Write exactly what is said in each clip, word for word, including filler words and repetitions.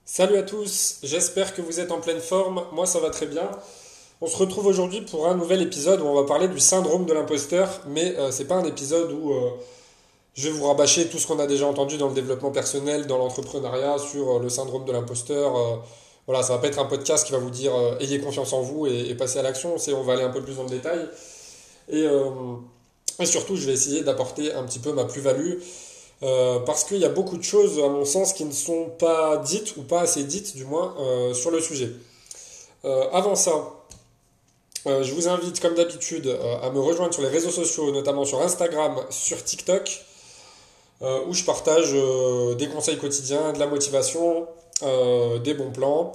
Salut à tous, j'espère que vous êtes en pleine forme, moi ça va très bien. On se retrouve aujourd'hui pour un nouvel épisode où on va parler du syndrome de l'imposteur, mais euh, c'est pas un épisode où euh, je vais vous rabâcher tout ce qu'on a déjà entendu dans le développement personnel, dans l'entrepreneuriat, sur euh, le syndrome de l'imposteur. Euh, voilà, ça va pas être un podcast qui va vous dire euh, ayez confiance en vous et, et passez à l'action, c'est on va aller un peu plus dans le détail. Et, euh, et surtout, je vais essayer d'apporter un petit peu ma plus-value. Euh, parce qu'il y a beaucoup de choses, à mon sens, qui ne sont pas dites, ou pas assez dites du moins, euh, sur le sujet. Euh, avant ça, euh, je vous invite, comme d'habitude, euh, à me rejoindre sur les réseaux sociaux, notamment sur Instagram, sur TikTok, euh, où je partage euh, des conseils quotidiens, de la motivation, euh, des bons plans,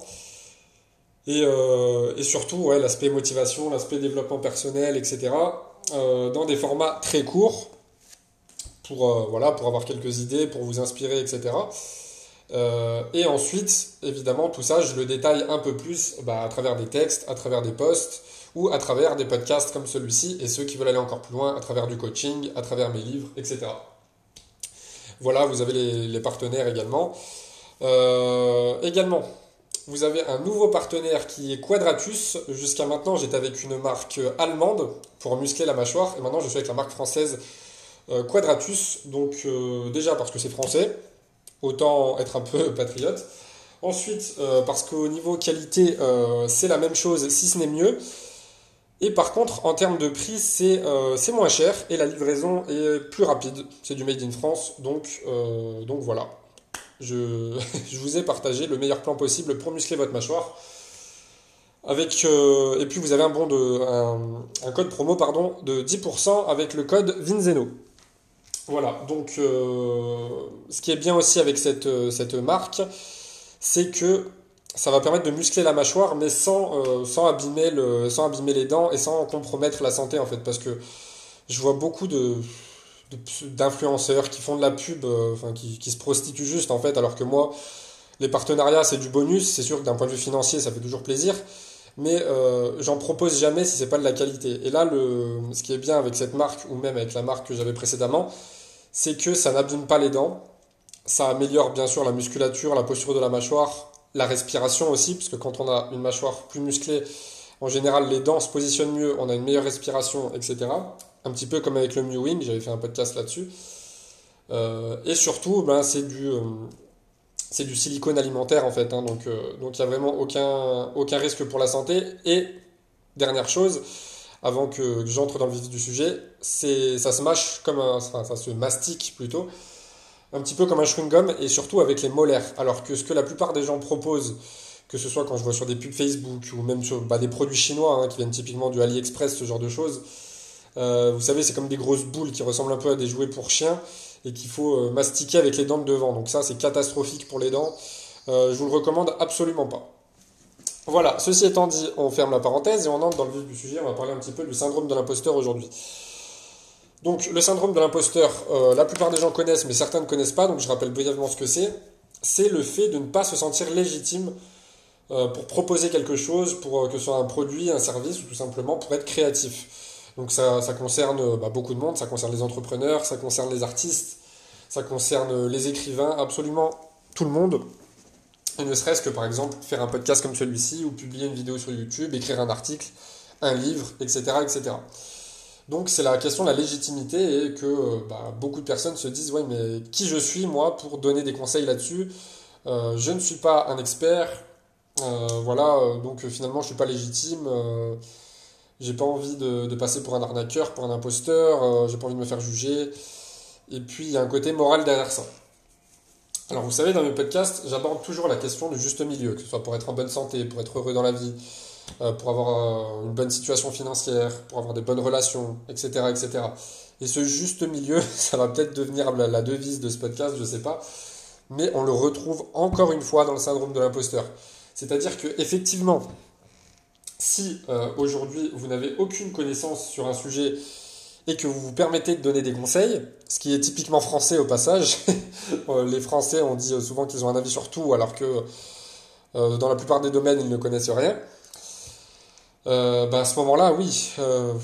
et, euh, et surtout ouais, l'aspect motivation, l'aspect développement personnel, et cetera, euh, dans des formats très courts, pour, euh, voilà, pour avoir quelques idées, pour vous inspirer, et cetera. Euh, et ensuite, évidemment, tout ça, je le détaille un peu plus bah, à travers des textes, à travers des posts ou à travers des podcasts comme celui-ci et ceux qui veulent aller encore plus loin, à travers du coaching, à travers mes livres, et cetera. Voilà, vous avez les, les partenaires également. Euh, également, vous avez un nouveau partenaire qui est Quadratus. Jusqu'à maintenant, j'étais avec une marque allemande pour muscler la mâchoire et maintenant je suis avec la marque française euh, Quadratus. Donc euh, déjà parce que c'est français, autant être un peu patriote. Ensuite, euh, parce qu'au niveau qualité, euh, c'est la même chose, si ce n'est mieux. Et par contre, en termes de prix, c'est euh, c'est moins cher et la livraison est plus rapide. C'est du Made in France, donc, euh, donc voilà. Je, je vous ai partagé le meilleur plan possible pour muscler votre mâchoire. Avec, euh, et puis vous avez un bon de, un, un code promo pardon, de dix pour cent avec le code Vinzeno. Voilà, donc euh, ce qui est bien aussi avec cette, euh, cette marque, c'est que ça va permettre de muscler la mâchoire, mais sans, euh, sans abîmer le, sans abîmer les dents et sans compromettre la santé en fait. Parce que je vois beaucoup de, de- d'influenceurs qui font de la pub, euh, enfin qui, qui se prostituent juste en fait, alors que moi, les partenariats c'est du bonus, c'est sûr que d'un point de vue financier ça fait toujours plaisir, mais euh, j'en propose jamais si c'est pas de la qualité. Et là, le, ce qui est bien avec cette marque, ou même avec la marque que j'avais précédemment, c'est que ça n'abîme pas les dents, ça améliore bien sûr la musculature, la posture de la mâchoire, la respiration aussi, parce que quand on a une mâchoire plus musclée, en général les dents se positionnent mieux, on a une meilleure respiration, et cetera. Un petit peu comme avec le Mewing, j'avais fait un podcast là-dessus. Euh, et surtout, ben, c'est du, euh, c'est du silicone alimentaire en fait, hein, donc euh, donc il n'y a vraiment aucun, aucun risque pour la santé. Et dernière chose, avant que j'entre dans le vif du sujet, c'est ça se mâche comme un, enfin, ça se mastique plutôt un petit peu comme un chewing-gum et surtout avec les molaires. Alors que ce que la plupart des gens proposent, que ce soit quand je vois sur des pubs Facebook ou même sur bah, des produits chinois hein, qui viennent typiquement du AliExpress, ce genre de choses, euh, vous savez, c'est comme des grosses boules qui ressemblent un peu à des jouets pour chiens et qu'il faut euh, mastiquer avec les dents de devant. Donc ça, c'est catastrophique pour les dents. Euh, je vous le recommande absolument pas. Voilà, ceci étant dit, on ferme la parenthèse et on entre dans le vif du sujet. On va parler un petit peu du syndrome de l'imposteur aujourd'hui. Donc, le syndrome de l'imposteur, euh, la plupart des gens connaissent, mais certains ne connaissent pas, donc je rappelle brièvement ce que c'est. C'est le fait de ne pas se sentir légitime euh, pour proposer quelque chose, pour euh, que ce soit un produit, un service, ou tout simplement pour être créatif. Donc ça, ça concerne euh, bah, beaucoup de monde, ça concerne les entrepreneurs, ça concerne les artistes, ça concerne les écrivains, absolument tout le monde. Et ne serait-ce que par exemple faire un podcast comme celui-ci, ou publier une vidéo sur YouTube, écrire un article, un livre, et cetera, et cetera. Donc c'est la question de la légitimité et que euh, bah, beaucoup de personnes se disent ouais mais qui je suis moi pour donner des conseils là-dessus. Euh, je ne suis pas un expert, euh, voilà, euh, donc euh, finalement je suis pas légitime, euh, j'ai pas envie de, de passer pour un arnaqueur, pour un imposteur, euh, j'ai pas envie de me faire juger. Et puis il y a un côté moral derrière ça. Alors vous savez, dans mes podcasts, j'aborde toujours la question du juste milieu, que ce soit pour être en bonne santé, pour être heureux dans la vie, euh, pour avoir euh, une bonne situation financière, pour avoir des bonnes relations, et cetera, et cetera. Et ce juste milieu, ça va peut-être devenir la, la devise de ce podcast, je sais pas, mais on le retrouve encore une fois dans le syndrome de l'imposteur. C'est-à-dire que effectivement, si euh, aujourd'hui vous n'avez aucune connaissance sur un sujet et que vous vous permettez de donner des conseils, ce qui est typiquement français au passage, les Français on dit souvent qu'ils ont un avis sur tout alors que euh, dans la plupart des domaines ils ne connaissent rien. Euh, bah à ce moment-là, oui, euh,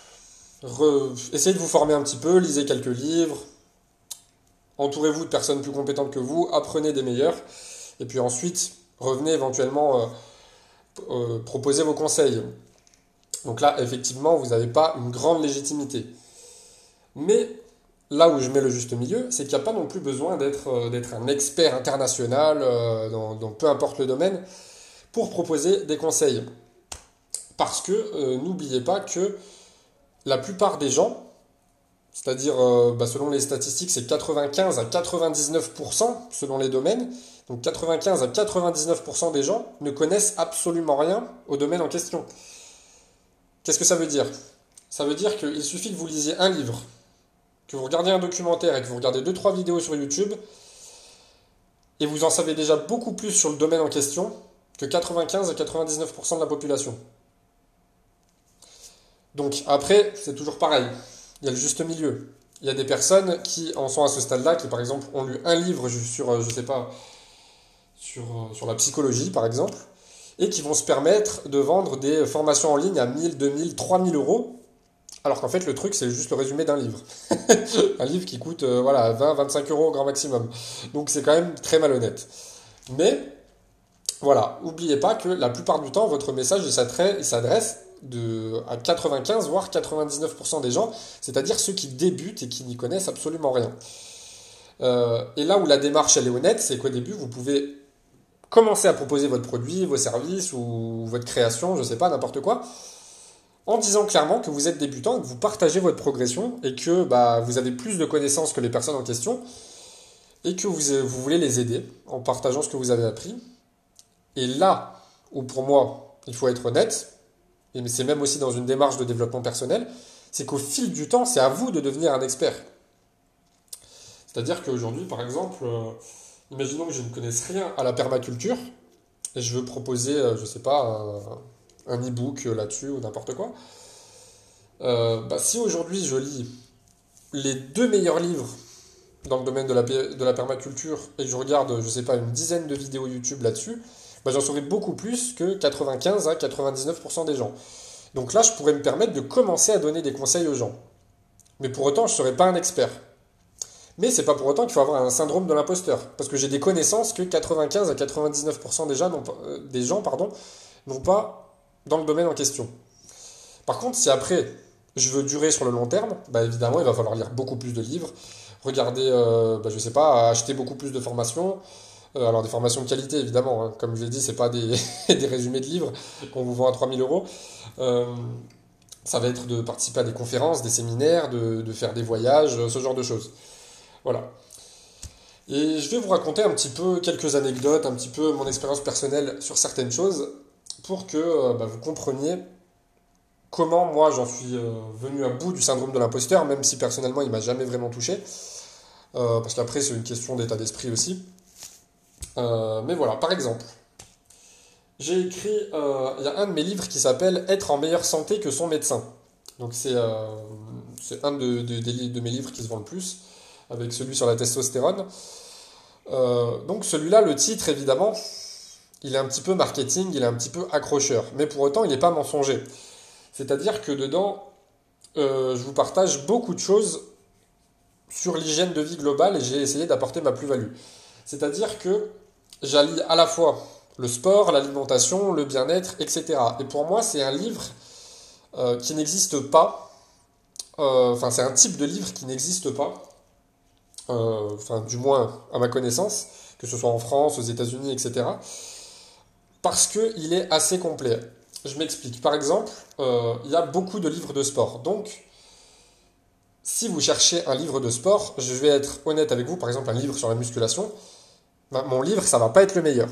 re- essayez de vous former un petit peu, lisez quelques livres, entourez-vous de personnes plus compétentes que vous, apprenez des meilleurs, Et puis ensuite, revenez éventuellement euh, euh, proposer vos conseils. Donc là, effectivement, vous n'avez pas une grande légitimité. Mais là où je mets le juste milieu, c'est qu'il n'y a pas non plus besoin d'être euh, d'être un expert international euh, dans, dans peu importe le domaine pour proposer des conseils. Parce que euh, n'oubliez pas que la plupart des gens, c'est-à-dire euh, bah, selon les statistiques, c'est quatre-vingt-quinze à quatre-vingt-dix-neuf pour cent selon les domaines, donc quatre-vingt-quinze à quatre-vingt-dix-neuf pour cent des gens ne connaissent absolument rien au domaine en question. Qu'est-ce que ça veut dire? Ça veut dire qu'il suffit que vous lisiez un livre, que vous regardiez un documentaire et que vous regardez deux trois vidéos sur YouTube, et vous en savez déjà beaucoup plus sur le domaine en question que quatre-vingt-quinze à quatre-vingt-dix-neuf pour cent de la population. Donc après, c'est toujours pareil. Il y a le juste milieu. Il y a des personnes qui en sont à ce stade-là, qui par exemple ont lu un livre sur, je sais pas, sur, sur la psychologie par exemple, et qui vont se permettre de vendre des formations en ligne à mille, deux mille, trois mille euros, alors qu'en fait le truc c'est juste le résumé d'un livre. Un livre qui coûte euh, voilà, vingt, vingt-cinq euros au grand maximum. Donc c'est quand même très malhonnête. Mais voilà, n'oubliez pas que la plupart du temps, votre message il s'adresse de, à quatre-vingt-quinze voire quatre-vingt-dix-neuf pour cent des gens, c'est-à-dire ceux qui débutent et qui n'y connaissent absolument rien. Euh, et là où la démarche elle est honnête, c'est qu'au début vous pouvez commencer à proposer votre produit, vos services ou votre création, je sais pas, n'importe quoi, en disant clairement que vous êtes débutant, que vous partagez votre progression et que bah, vous avez plus de connaissances que les personnes en question et que vous, vous voulez les aider en partageant ce que vous avez appris. Et là où pour moi il faut être honnête, et c'est même aussi dans une démarche de développement personnel, c'est qu'au fil du temps, c'est à vous de devenir un expert. C'est-à-dire qu'aujourd'hui, par exemple, euh, imaginons que je ne connaisse rien à la permaculture et je veux proposer, euh, je sais pas, un, un e-book là-dessus ou n'importe quoi. Euh, bah, si aujourd'hui je lis les deux meilleurs livres dans le domaine de la, de la permaculture et que je regarde, je sais pas, une dizaine de vidéos YouTube là-dessus, bah, j'en saurai beaucoup plus que quatre-vingt-quinze à quatre-vingt-dix-neuf pour cent des gens. Donc là, je pourrais me permettre de commencer à donner des conseils aux gens. Mais pour autant, je ne serai pas un expert. Mais c'est pas pour autant qu'il faut avoir un syndrome de l'imposteur. Parce que j'ai des connaissances que quatre-vingt-quinze à quatre-vingt-dix-neuf pour cent des gens, euh, des gens pardon, n'ont pas dans le domaine en question. Par contre, si après, je veux durer sur le long terme, bah évidemment, il va falloir lire beaucoup plus de livres, regarder, euh, bah, je sais pas, acheter beaucoup plus de formations. Euh, alors des formations de qualité, évidemment. Hein. Comme je l'ai dit, c'est pas des, des résumés de livres qu'on vous vend à trois mille euros. Euh, ça va être de participer à des conférences, des séminaires, de, de faire des voyages, ce genre de choses. Voilà. Et je vais vous raconter un petit peu quelques anecdotes, un petit peu mon expérience personnelle sur certaines choses pour que euh, bah, vous compreniez comment moi j'en suis euh, venu à bout du syndrome de l'imposteur, même si personnellement il m'a jamais vraiment touché. Euh, parce qu'après c'est une question d'état d'esprit aussi. Euh, mais voilà, par exemple, j'ai écrit, euh, il y a un de mes livres qui s'appelle Être en meilleure santé que son médecin. Donc c'est euh, c'est un de, de, de, de mes livres qui se vend le plus, avec celui sur la testostérone. Euh, donc celui-là, le titre, évidemment, il est un petit peu marketing, il est un petit peu accrocheur, mais pour autant, il n'est pas mensonger. C'est-à-dire que dedans, euh, je vous partage beaucoup de choses sur l'hygiène de vie globale et j'ai essayé d'apporter ma plus-value. C'est-à-dire que j'allie à la fois le sport, l'alimentation, le bien-être, et cetera. Et pour moi, c'est un livre euh, qui n'existe pas. Euh, enfin, c'est un type de livre qui n'existe pas. Euh, enfin, du moins à ma connaissance, que ce soit en France, aux États-Unis, et cetera. Parce qu'il est assez complet. Je m'explique. Par exemple, euh, il y a beaucoup de livres de sport. Donc, si vous cherchez un livre de sport, je vais être honnête avec vous, par exemple un livre sur la musculation, ben, mon livre, ça va pas être le meilleur.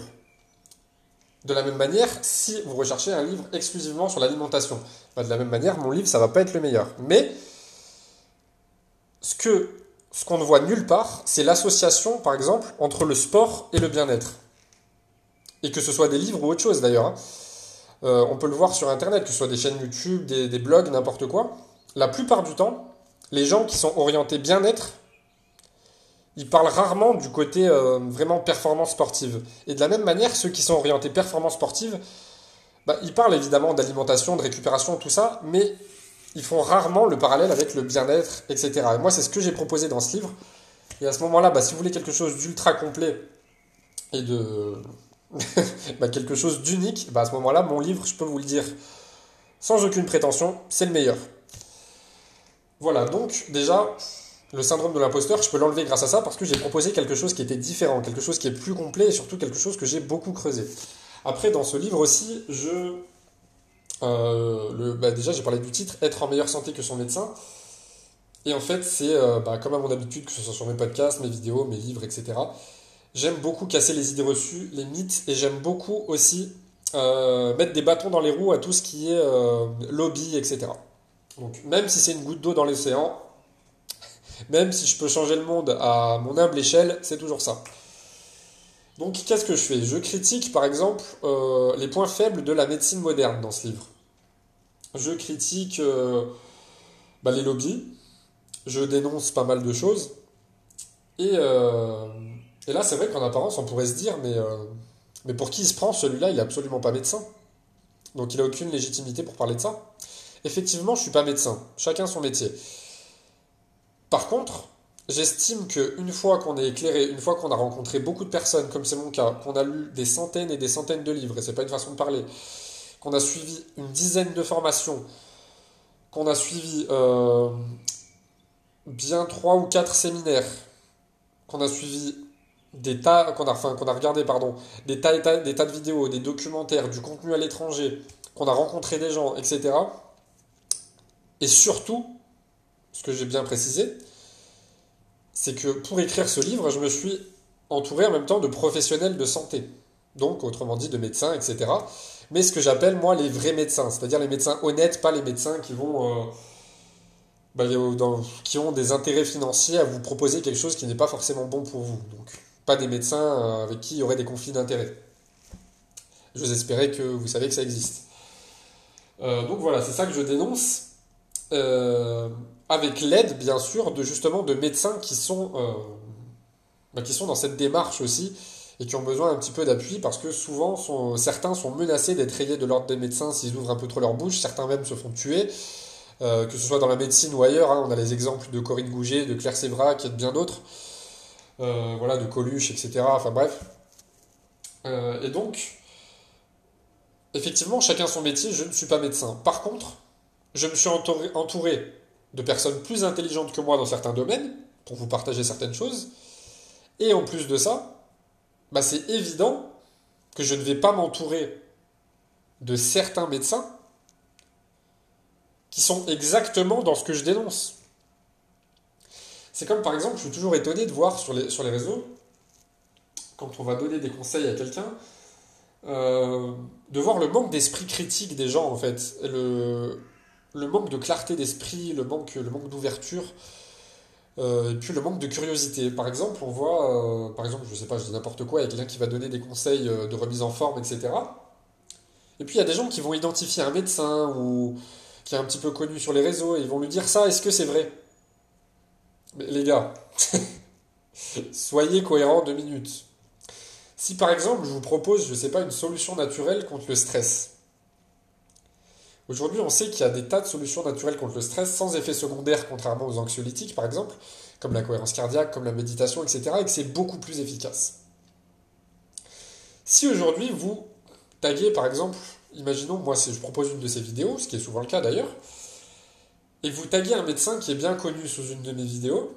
De la même manière, si vous recherchez un livre exclusivement sur l'alimentation, ben, de la même manière, mon livre, ça va pas être le meilleur. Mais ce que ce qu'on ne voit nulle part, c'est l'association, par exemple, entre le sport et le bien-être. Et que ce soit des livres ou autre chose d'ailleurs. Hein. Euh, on peut le voir sur Internet, que ce soit des chaînes YouTube, des, des blogs, n'importe quoi. La plupart du temps, les gens qui sont orientés bien-être, ils parlent rarement du côté euh, vraiment performance sportive. Et de la même manière, ceux qui sont orientés performance sportive, bah, ils parlent évidemment d'alimentation, de récupération, tout ça, mais ils font rarement le parallèle avec le bien-être, et cetera. Et moi, c'est ce que j'ai proposé dans ce livre. Et à ce moment-là, bah, si vous voulez quelque chose d'ultra complet, et de bah, quelque chose d'unique, bah, à ce moment-là, mon livre, je peux vous le dire sans aucune prétention, c'est le meilleur. Voilà, donc déjà, le syndrome de l'imposteur, je peux l'enlever grâce à ça parce que j'ai proposé quelque chose qui était différent, quelque chose qui est plus complet et surtout quelque chose que j'ai beaucoup creusé. Après, dans ce livre aussi, je... euh, le, bah, déjà, j'ai parlé du titre, Être en meilleure santé que son médecin. Et en fait, c'est euh, bah, comme à mon habitude, que ce soit sur mes podcasts, mes vidéos, mes livres, et cetera. J'aime beaucoup casser les idées reçues, les mythes, et j'aime beaucoup aussi euh, mettre des bâtons dans les roues à tout ce qui est euh, lobby, et cetera. Donc, même si c'est une goutte d'eau dans l'océan, même si je peux changer le monde à mon humble échelle, c'est toujours ça. Donc, qu'est-ce que je fais? Je critique, par exemple, euh, les points faibles de la médecine moderne dans ce livre. Je critique euh, bah, les lobbies, je dénonce pas mal de choses, et, euh, et là, c'est vrai qu'en apparence, on pourrait se dire, mais, euh, mais pour qui il se prend celui-là? Il est absolument pas médecin. Donc, il a aucune légitimité pour parler de ça. Effectivement, je suis pas médecin. Chacun son métier. Par contre, j'estime qu'une fois qu'on est éclairé, une fois qu'on a rencontré beaucoup de personnes, comme c'est mon cas, qu'on a lu des centaines et des centaines de livres, et c'est pas une façon de parler, qu'on a suivi une dizaine de formations, qu'on a suivi euh, bien trois ou quatre séminaires, qu'on a suivi des tas, qu'on a, enfin, qu'on a regardé, pardon, des tas, et tas, des tas de vidéos, des documentaires, du contenu à l'étranger, qu'on a rencontré des gens, et cetera. Et surtout, ce que j'ai bien précisé, c'est que pour écrire ce livre, je me suis entouré en même temps de professionnels de santé. Donc, autrement dit, de médecins, et cetera. Mais ce que j'appelle, moi, les vrais médecins. C'est-à-dire les médecins honnêtes, pas les médecins qui vont... euh, bah, dans- qui ont des intérêts financiers à vous proposer quelque chose qui n'est pas forcément bon pour vous. Donc, pas des médecins euh, avec qui il y aurait des conflits d'intérêts. Je vous espérais que vous savez que ça existe. Euh, donc voilà, c'est ça que je dénonce. Euh, avec l'aide, bien sûr, de justement de médecins qui sont, euh, bah, qui sont dans cette démarche aussi et qui ont besoin un petit peu d'appui parce que souvent sont- certains sont menacés d'être rayés de l'ordre des médecins s'ils ouvrent un peu trop leur bouche, certains même se font tuer, euh, que ce soit dans la médecine ou ailleurs, hein. On a les exemples de Corinne Gouget, de Claire Sévrac et de bien d'autres, euh, voilà, de Coluche, et cetera. Enfin bref. Euh, et donc, effectivement, chacun son métier, je ne suis pas médecin. Par contre, je me suis entouré, entouré de personnes plus intelligentes que moi dans certains domaines, pour vous partager certaines choses. Et en plus de ça, bah c'est évident que je ne vais pas m'entourer de certains médecins qui sont exactement dans ce que je dénonce. C'est comme par exemple, je suis toujours étonné de voir sur les, sur les réseaux, quand on va donner des conseils à quelqu'un, euh, de voir le manque d'esprit critique des gens en fait, le, le manque de clarté d'esprit, le manque, le manque d'ouverture. Euh, et puis le manque de curiosité. Par exemple, on voit, euh, par exemple, je sais pas, je dis n'importe quoi, il y a quelqu'un qui va donner des conseils euh, de remise en forme, et cetera. Et puis il y a des gens qui vont identifier un médecin ou qui est un petit peu connu sur les réseaux et ils vont lui dire ça, est-ce que c'est vrai? Mais les gars, soyez cohérents deux minutes. Si par exemple je vous propose, je sais pas, une solution naturelle contre le stress. Aujourd'hui, on sait qu'il y a des tas de solutions naturelles contre le stress sans effet secondaire, contrairement aux anxiolytiques par exemple, comme la cohérence cardiaque, comme la méditation, et cetera, et que c'est beaucoup plus efficace. Si aujourd'hui vous taguez par exemple, imaginons, moi si je propose une de ces vidéos, ce qui est souvent le cas d'ailleurs, et que vous taguez un médecin qui est bien connu sous une de mes vidéos,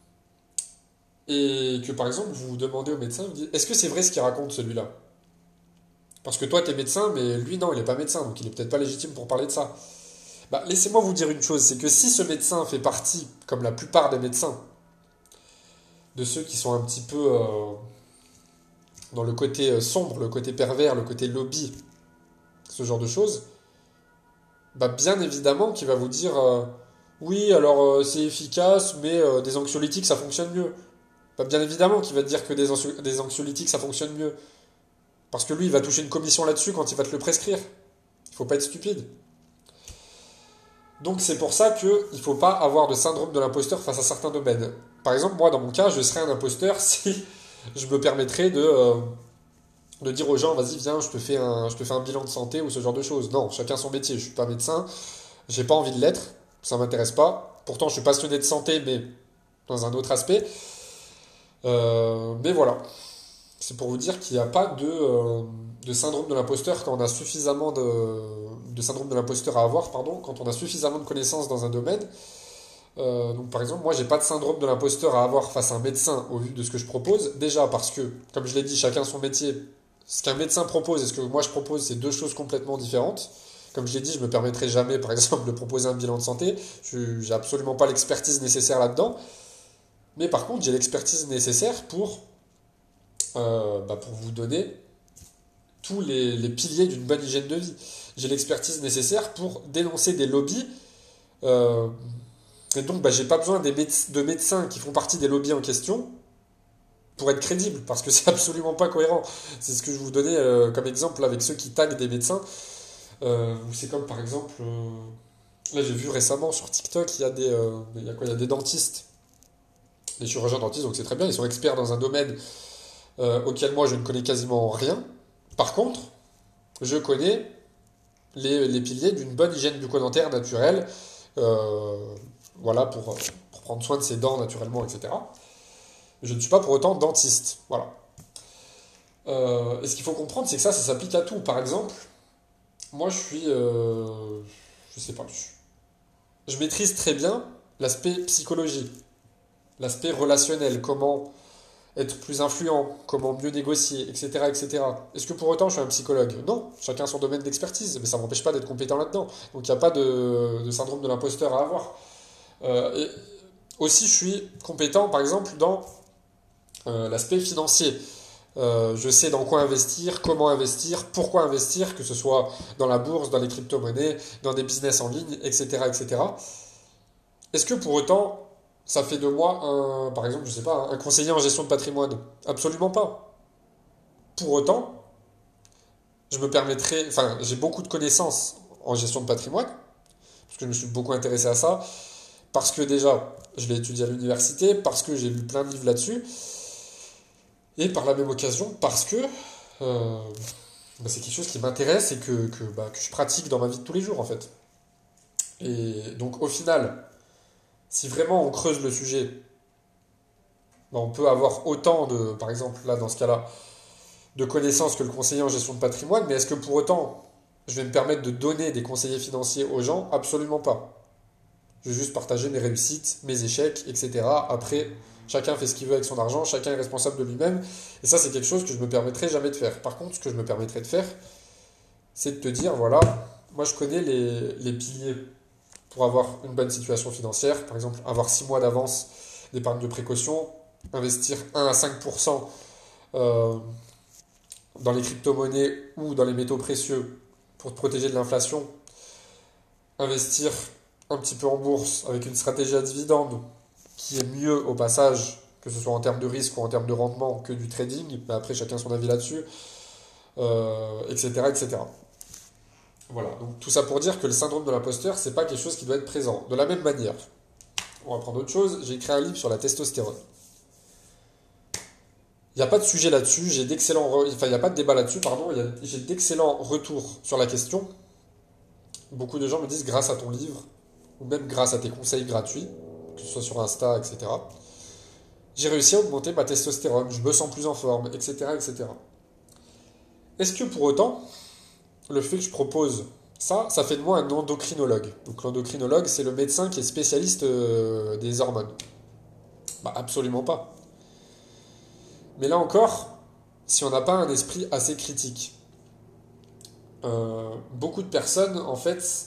et que par exemple vous demandez au médecin, vous dites, est-ce que c'est vrai ce qu'il raconte celui-là? Parce que toi t'es médecin, mais lui non, il n'est pas médecin, donc il est peut-être pas légitime pour parler de ça. Bah, laissez-moi vous dire une chose, c'est que si ce médecin fait partie, comme la plupart des médecins, de ceux qui sont un petit peu euh, dans le côté euh, sombre, le côté pervers, le côté lobby, ce genre de choses, bah bien évidemment qu'il va vous dire euh, oui, alors euh, c'est efficace, mais euh, des anxiolytiques ça fonctionne mieux. Bah, bien évidemment qu'il va te dire que des, anxio- des anxiolytiques ça fonctionne mieux. Parce que lui, il va toucher une commission là-dessus quand il va te le prescrire. Il faut pas être stupide. Donc c'est pour ça qu'il ne faut pas avoir de syndrome de l'imposteur face à certains domaines. Par exemple, moi, dans mon cas, je serais un imposteur si je me permettrais de, euh, de dire aux gens, vas-y, viens, je te fais un, je te fais un bilan de santé ou ce genre de choses. Non, chacun son métier. Je suis pas médecin, j'ai pas envie de l'être, ça m'intéresse pas. Pourtant, je suis passionné de santé, mais dans un autre aspect. Euh, mais voilà. c'est pour vous dire qu'il n'y a pas de, euh, de syndrome de l'imposteur quand on a suffisamment de, de syndrome de l'imposteur à avoir, pardon, quand on a suffisamment de connaissances dans un domaine. Euh, donc par exemple, moi j'ai pas de syndrome de l'imposteur à avoir face à un médecin au vu de ce que je propose. Déjà parce que, comme je l'ai dit, chacun son métier. Ce qu'un médecin propose et ce que moi je propose, c'est deux choses complètement différentes. Comme je l'ai dit, je me permettrai jamais, par exemple, de proposer un bilan de santé. Je j'ai absolument pas l'expertise nécessaire là-dedans. Mais par contre, j'ai l'expertise nécessaire pour, euh, bah, pour vous donner tous les, les piliers d'une bonne hygiène de vie. J'ai l'expertise nécessaire pour dénoncer des lobbies. Euh, et donc, bah, j'ai pas besoin des méde- de médecins qui font partie des lobbies en question pour être crédible, parce que c'est absolument pas cohérent. C'est ce que je vous donnais euh, comme exemple avec ceux qui taguent des médecins. Euh, c'est comme par exemple, euh, là j'ai vu récemment sur TikTok, il y a des, euh, il y a quoi, il y a des dentistes, des chirurgiens dentistes, donc c'est très bien, ils sont experts dans un domaine euh, auquel moi je ne connais quasiment rien. Par contre, je connais les, les piliers d'une bonne hygiène bucco-dentaire naturelle, euh, voilà, pour, pour prendre soin de ses dents naturellement, et cetera. Je ne suis pas pour autant dentiste, voilà. Euh, et ce qu'il faut comprendre, c'est que ça, ça s'applique à tout. Par exemple, moi je suis, euh, je sais pas, je, je maîtrise très bien l'aspect psychologie, l'aspect relationnel, comment être plus influent, comment mieux négocier, et cetera, et cetera. Est-ce que pour autant je suis un psychologue? Non, chacun son domaine d'expertise, mais ça ne m'empêche pas d'être compétent là-dedans. Donc il n'y a pas de, de syndrome de l'imposteur à avoir. Euh, et aussi, je suis compétent, par exemple, dans euh, l'aspect financier. Euh, je sais dans quoi investir, comment investir, pourquoi investir, que ce soit dans la bourse, dans les crypto-monnaies, dans des business en ligne, et cetera, et cetera. Est-ce que pour autant, ça fait de moi un, par exemple, je sais pas, un conseiller en gestion de patrimoine? Absolument pas. Pour autant, je me permettrai, enfin, j'ai beaucoup de connaissances en gestion de patrimoine, parce que je me suis beaucoup intéressé à ça, parce que déjà, je l'ai étudié à l'université, parce que j'ai lu plein de livres là-dessus, et par la même occasion, parce que euh, bah, c'est quelque chose qui m'intéresse et que, que, bah, que je pratique dans ma vie de tous les jours, en fait. Et donc, au final, si vraiment on creuse le sujet, bah, on peut avoir autant de, par exemple, là, dans ce cas-là, de connaissances que le conseiller en gestion de patrimoine, mais est-ce que pour autant, je vais me permettre de donner des conseillers financiers aux gens? Absolument pas. Je vais juste partager mes réussites, mes échecs, et cetera. Après, chacun fait ce qu'il veut avec son argent, chacun est responsable de lui-même. Et ça, c'est quelque chose que je me permettrai jamais de faire. Par contre, ce que je me permettrai de faire, c'est de te dire, voilà, moi je connais les, les piliers pour avoir une bonne situation financière. Par exemple, avoir six mois d'avance d'épargne de précaution, investir un à cinq pour cent euh, dans les crypto-monnaies ou dans les métaux précieux pour te protéger de l'inflation, investir un petit peu en bourse avec une stratégie à dividende qui est mieux au passage, que ce soit en termes de risque ou en termes de rendement, que du trading, mais après chacun son avis là-dessus, euh, et cetera, et cetera. Voilà, donc tout ça pour dire que le syndrome de l'imposteur, c'est pas quelque chose qui doit être présent. De la même manière, on va prendre autre chose, j'ai écrit un livre sur la testostérone. Il n'y a pas de sujet là-dessus, j'ai d'excellents, re- enfin il n'y a pas de débat là-dessus, pardon, il y a- j'ai d'excellents retours sur la question. Beaucoup de gens me disent grâce à ton livre, ou même grâce à tes conseils gratuits, que ce soit sur Insta, et cetera, j'ai réussi à augmenter ma testostérone, je me sens plus en forme, et cetera, et cetera. Est-ce que pour autant, le fait que je propose ça, ça fait de moi un endocrinologue? Donc l'endocrinologue, c'est le médecin qui est spécialiste euh, des hormones. Bah absolument pas. Mais là encore, si on n'a pas un esprit assez critique, euh, beaucoup de personnes, en fait,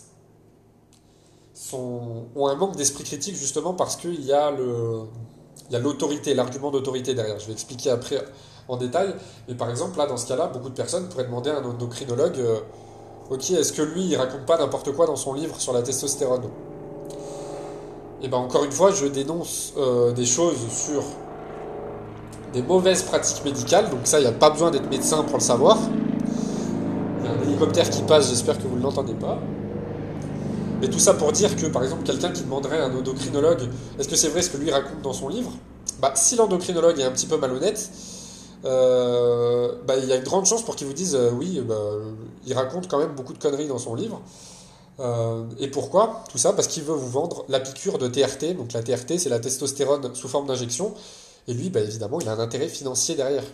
sont, ont un manque d'esprit critique justement parce qu'il y a le, il y a l'autorité, l'argument d'autorité derrière. Je vais expliquer après en détail. Mais par exemple, là, dans ce cas-là, beaucoup de personnes pourraient demander à un endocrinologue, euh, ok, est-ce que lui, il raconte pas n'importe quoi dans son livre sur la testostérone? Et ben encore une fois, je dénonce euh, des choses sur des mauvaises pratiques médicales. Donc ça, il n'y a pas besoin d'être médecin pour le savoir. Il y a un hélicoptère qui passe, j'espère que vous ne l'entendez pas. Mais tout ça pour dire que, par exemple, quelqu'un qui demanderait à un endocrinologue est-ce que c'est vrai ce que lui raconte dans son livre? Bah, si l'endocrinologue est un petit peu malhonnête, euh, bah, il y a une grande chance pour qu'il vous dise euh, oui, bah, il raconte quand même beaucoup de conneries dans son livre. Euh, et pourquoi? Tout ça parce qu'il veut vous vendre la piqûre de T R T. Donc la T R T, c'est la testostérone sous forme d'injection. Et lui, bah, évidemment, il a un intérêt financier derrière.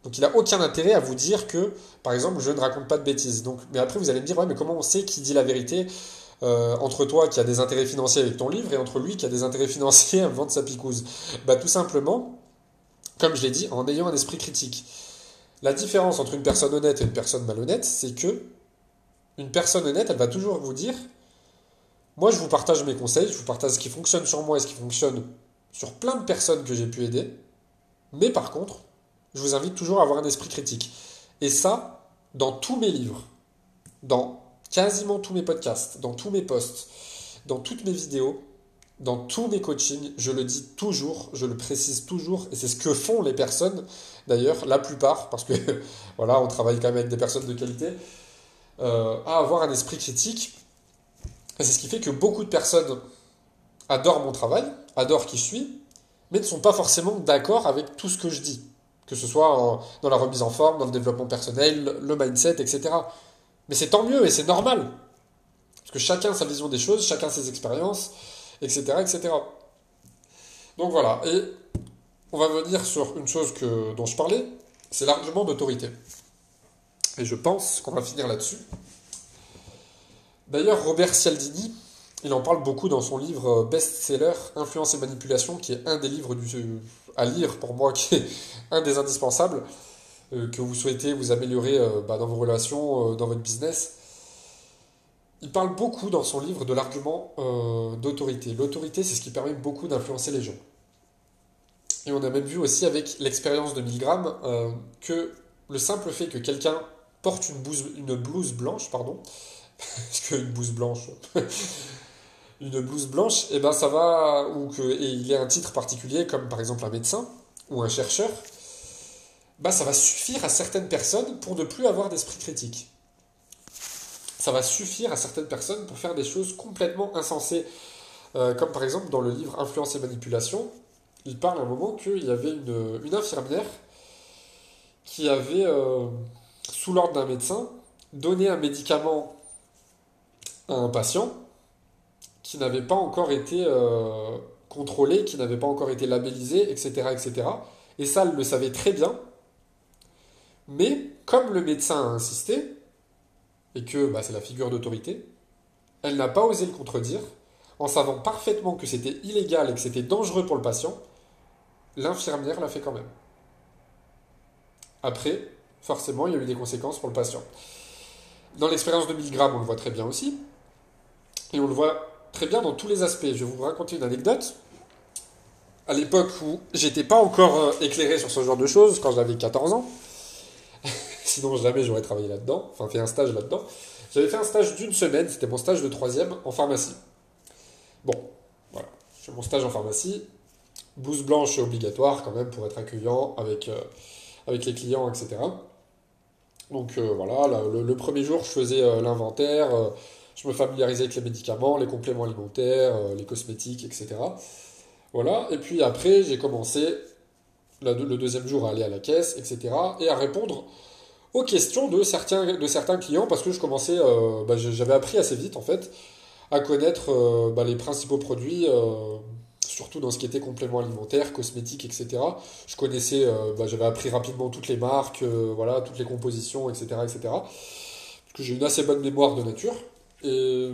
Donc il n'a aucun intérêt à vous dire que, par exemple, je ne raconte pas de bêtises. Donc, mais après, vous allez me dire, ouais, mais comment on sait qui dit la vérité euh, entre toi qui a des intérêts financiers avec ton livre et entre lui qui a des intérêts financiers à vendre sa picouse? Bah tout simplement, comme je l'ai dit, en ayant un esprit critique. La différence entre une personne honnête et une personne malhonnête, c'est que une personne honnête, elle va toujours vous dire, moi je vous partage mes conseils, je vous partage ce qui fonctionne sur moi et ce qui fonctionne sur plein de personnes que j'ai pu aider, mais par contre, je vous invite toujours à avoir un esprit critique. Et ça, dans tous mes livres, dans quasiment tous mes podcasts, dans tous mes posts, dans toutes mes vidéos, dans tous mes coachings, je le dis toujours, je le précise toujours, et c'est ce que font les personnes, d'ailleurs, la plupart, parce que voilà, on travaille quand même avec des personnes de qualité, euh, à avoir un esprit critique. Et c'est ce qui fait que beaucoup de personnes adorent mon travail, adorent qui je suis, mais ne sont pas forcément d'accord avec tout ce que je dis. Que ce soit en- dans la remise en forme, dans le développement personnel, le mindset, et cetera. Mais c'est tant mieux et c'est normal. Parce que chacun a sa vision des choses, chacun ses expériences, et cetera, et cetera. Donc voilà. Et on va venir sur une chose que, dont je parlais, c'est l'argument d'autorité. Et je pense qu'on va finir là-dessus. D'ailleurs, Robert Cialdini, il en parle beaucoup dans son livre best-seller Influence et manipulation, qui est un des livres du, à lire pour moi, qui est un des indispensables, euh, que vous souhaitez vous améliorer euh, bah, dans vos relations, euh, dans votre business. Il parle beaucoup dans son livre de l'argument euh, d'autorité. L'autorité, c'est ce qui permet beaucoup d'influencer les gens. Et on a même vu aussi avec l'expérience de Milgram euh, que le simple fait que quelqu'un porte une blouse, une blouse blanche, pardon, parce qu'une blouse blanche, une blouse blanche, et ben ça va, ou que, et il ait un titre particulier, comme par exemple un médecin ou un chercheur, bah ça va suffire à certaines personnes pour ne plus avoir d'esprit critique. Ça va suffire à certaines personnes pour faire des choses complètement insensées. Euh, comme par exemple dans le livre Influence et manipulation, il parle à un moment qu'il y avait une, une infirmière qui avait, euh, sous l'ordre d'un médecin, donné un médicament à un patient qui n'avait pas encore été euh, contrôlé, qui n'avait pas encore été labellisé, et cetera, et cetera. Et ça, elle le savait très bien. Mais comme le médecin a insisté, et que bah, c'est la figure d'autorité, elle n'a pas osé le contredire, en savant parfaitement que c'était illégal et que c'était dangereux pour le patient, l'infirmière l'a fait quand même. Après, forcément, il y a eu des conséquences pour le patient. Dans l'expérience de Milgram, on le voit très bien aussi, et on le voit très bien dans tous les aspects. Je vais vous raconter une anecdote. À l'époque où j'étais pas encore euh, éclairé sur ce genre de choses, quand j'avais quatorze ans, sinon jamais j'aurais travaillé là-dedans, enfin fait un stage là-dedans, j'avais fait un stage d'une semaine, c'était mon stage de troisième en pharmacie. Bon, voilà, je fais mon stage en pharmacie, blouse blanche obligatoire quand même pour être accueillant avec, euh, avec les clients, et cetera. Donc euh, voilà, là, le, le premier jour je faisais euh, l'inventaire, euh, je me familiarisais avec les médicaments, les compléments alimentaires, euh, les cosmétiques, et cetera. Voilà, et puis après j'ai commencé la- le deuxième jour à aller à la caisse, et cetera. Et à répondre aux questions de certains, de certains clients parce que je commençais, euh, bah, j'avais appris assez vite en fait à connaître euh, bah, les principaux produits, euh, surtout dans ce qui était compléments alimentaires, cosmétiques, et cetera. Je connaissais, euh, bah, j'avais appris rapidement toutes les marques, euh, voilà, toutes les compositions, et cetera, et cetera. Parce que j'ai une assez bonne mémoire de nature. Et,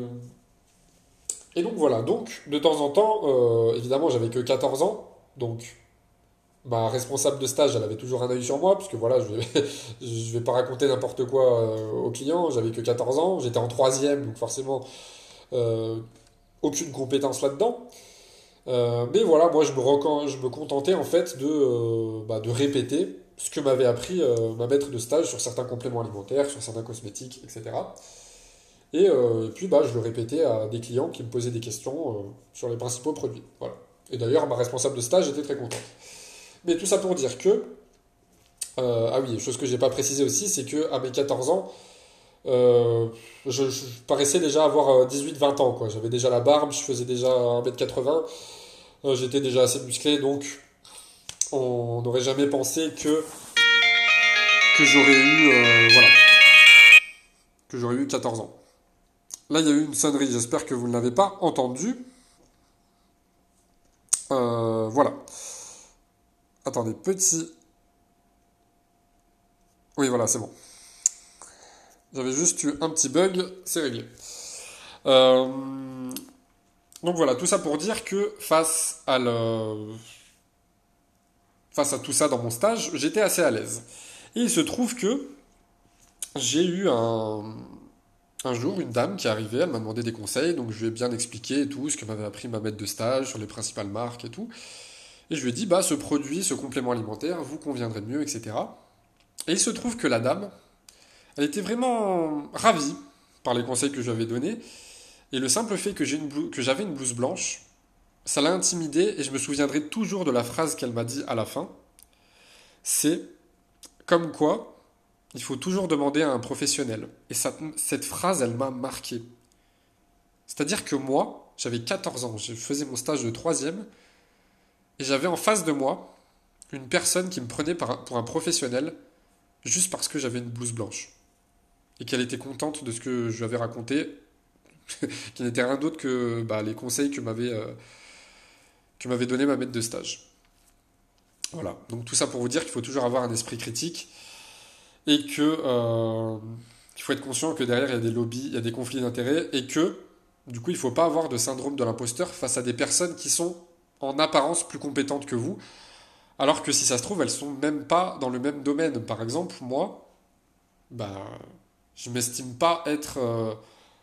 et donc voilà, donc de temps en temps, euh, évidemment j'avais que quatorze ans, donc ma responsable de stage, elle avait toujours un œil sur moi, parce que voilà, je vais, je vais pas raconter n'importe quoi euh, aux clients, j'avais que quatorze ans, j'étais en troisième, donc forcément euh, aucune compétence là-dedans. Euh, mais voilà, moi je me, recon- je me contentais en fait de, euh, bah, de répéter ce que m'avait appris euh, ma maître de stage sur certains compléments alimentaires, sur certains cosmétiques, et cetera. Et, euh, et puis bah, je le répétais à des clients qui me posaient des questions euh, sur les principaux produits. Voilà. Et d'ailleurs, ma responsable de stage était très contente. Mais tout ça pour dire que, euh, ah oui, chose que j'ai pas précisé aussi, c'est que à mes quatorze ans, euh, je, je paraissais déjà avoir dix-huit vingt ans, quoi. J'avais déjà la barbe, je faisais déjà un mètre quatre-vingts, euh, j'étais déjà assez musclé, donc on n'aurait jamais pensé que, que j'aurais eu, euh, voilà, que j'aurais eu quatorze ans. Là, il y a eu une sonnerie, j'espère que vous ne l'avez pas entendue. Euh, voilà. Attendez, petit Oui, voilà, c'est bon. J'avais juste eu un petit bug, c'est réglé. Euh, Donc voilà, tout ça pour dire que face à le... face à tout ça dans mon stage, j'étais assez à l'aise. Et il se trouve que j'ai eu un... un jour une dame qui est arrivée, elle m'a demandé des conseils, donc je lui ai bien expliqué et tout, ce que m'avait appris ma maître de stage sur les principales marques et tout. Et je lui ai dit, bah ce produit, ce complément alimentaire vous conviendrait mieux, et cetera. Et il se trouve que la dame, elle était vraiment ravie par les conseils que je lui avais donnés. Et le simple fait que j'ai une blou- que j'avais une blouse blanche, ça l'a intimidée et je me souviendrai toujours de la phrase qu'elle m'a dit à la fin. C'est comme quoi il faut toujours demander à un professionnel. Et ça- cette phrase, elle m'a marqué. C'est-à-dire que moi, j'avais quatorze ans, je faisais mon stage de troisième et j'avais en face de moi une personne qui me prenait par un- pour un professionnel juste parce que j'avais une blouse blanche. Et qu'elle était contente de ce que je lui avais raconté, qui n'était rien d'autre que bah, les conseils que m'avait euh, que m'avait donné ma maître de stage. Voilà. Donc tout ça pour vous dire qu'il faut toujours avoir un esprit critique et que euh, il faut être conscient que derrière il y a des lobbies, il y a des conflits d'intérêts et que du coup il ne faut pas avoir de syndrome de l'imposteur face à des personnes qui sont en apparence plus compétentes que vous, alors que si ça se trouve elles sont même pas dans le même domaine. Par exemple, moi, bah, je m'estime pas être, euh,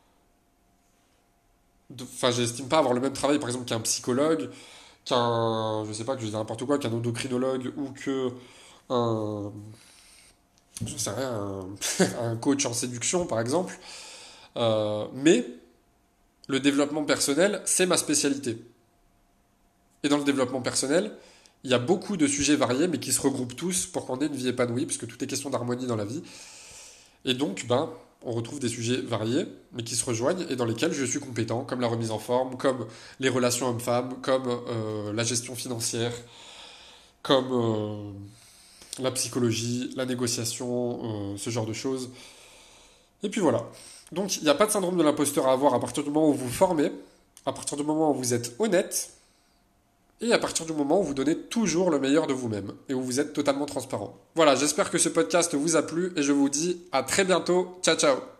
de- enfin j'estime pas avoir le même travail par exemple qu'un psychologue, qu'un, je sais pas, que je dis n'importe quoi, qu'un endocrinologue ou que un, je sais rien, un, un coach en séduction par exemple. Euh, mais le développement personnel, c'est ma spécialité. Et dans le développement personnel, il y a beaucoup de sujets variés, mais qui se regroupent tous pour qu'on ait une vie épanouie, parce que tout est question d'harmonie dans la vie. Et donc, ben, on retrouve des sujets variés, mais qui se rejoignent, et dans lesquels je suis compétent, comme la remise en forme, comme les relations hommes-femmes, comme euh, la gestion financière, comme euh, la psychologie, la négociation, euh, ce genre de choses. Et puis voilà. Donc, il n'y a pas de syndrome de l'imposteur à avoir à partir du moment où vous vous formez, à partir du moment où vous êtes honnête, et à partir du moment où vous donnez toujours le meilleur de vous-même, et où vous êtes totalement transparent. Voilà, j'espère que ce podcast vous a plu, et je vous dis à très bientôt. Ciao, ciao!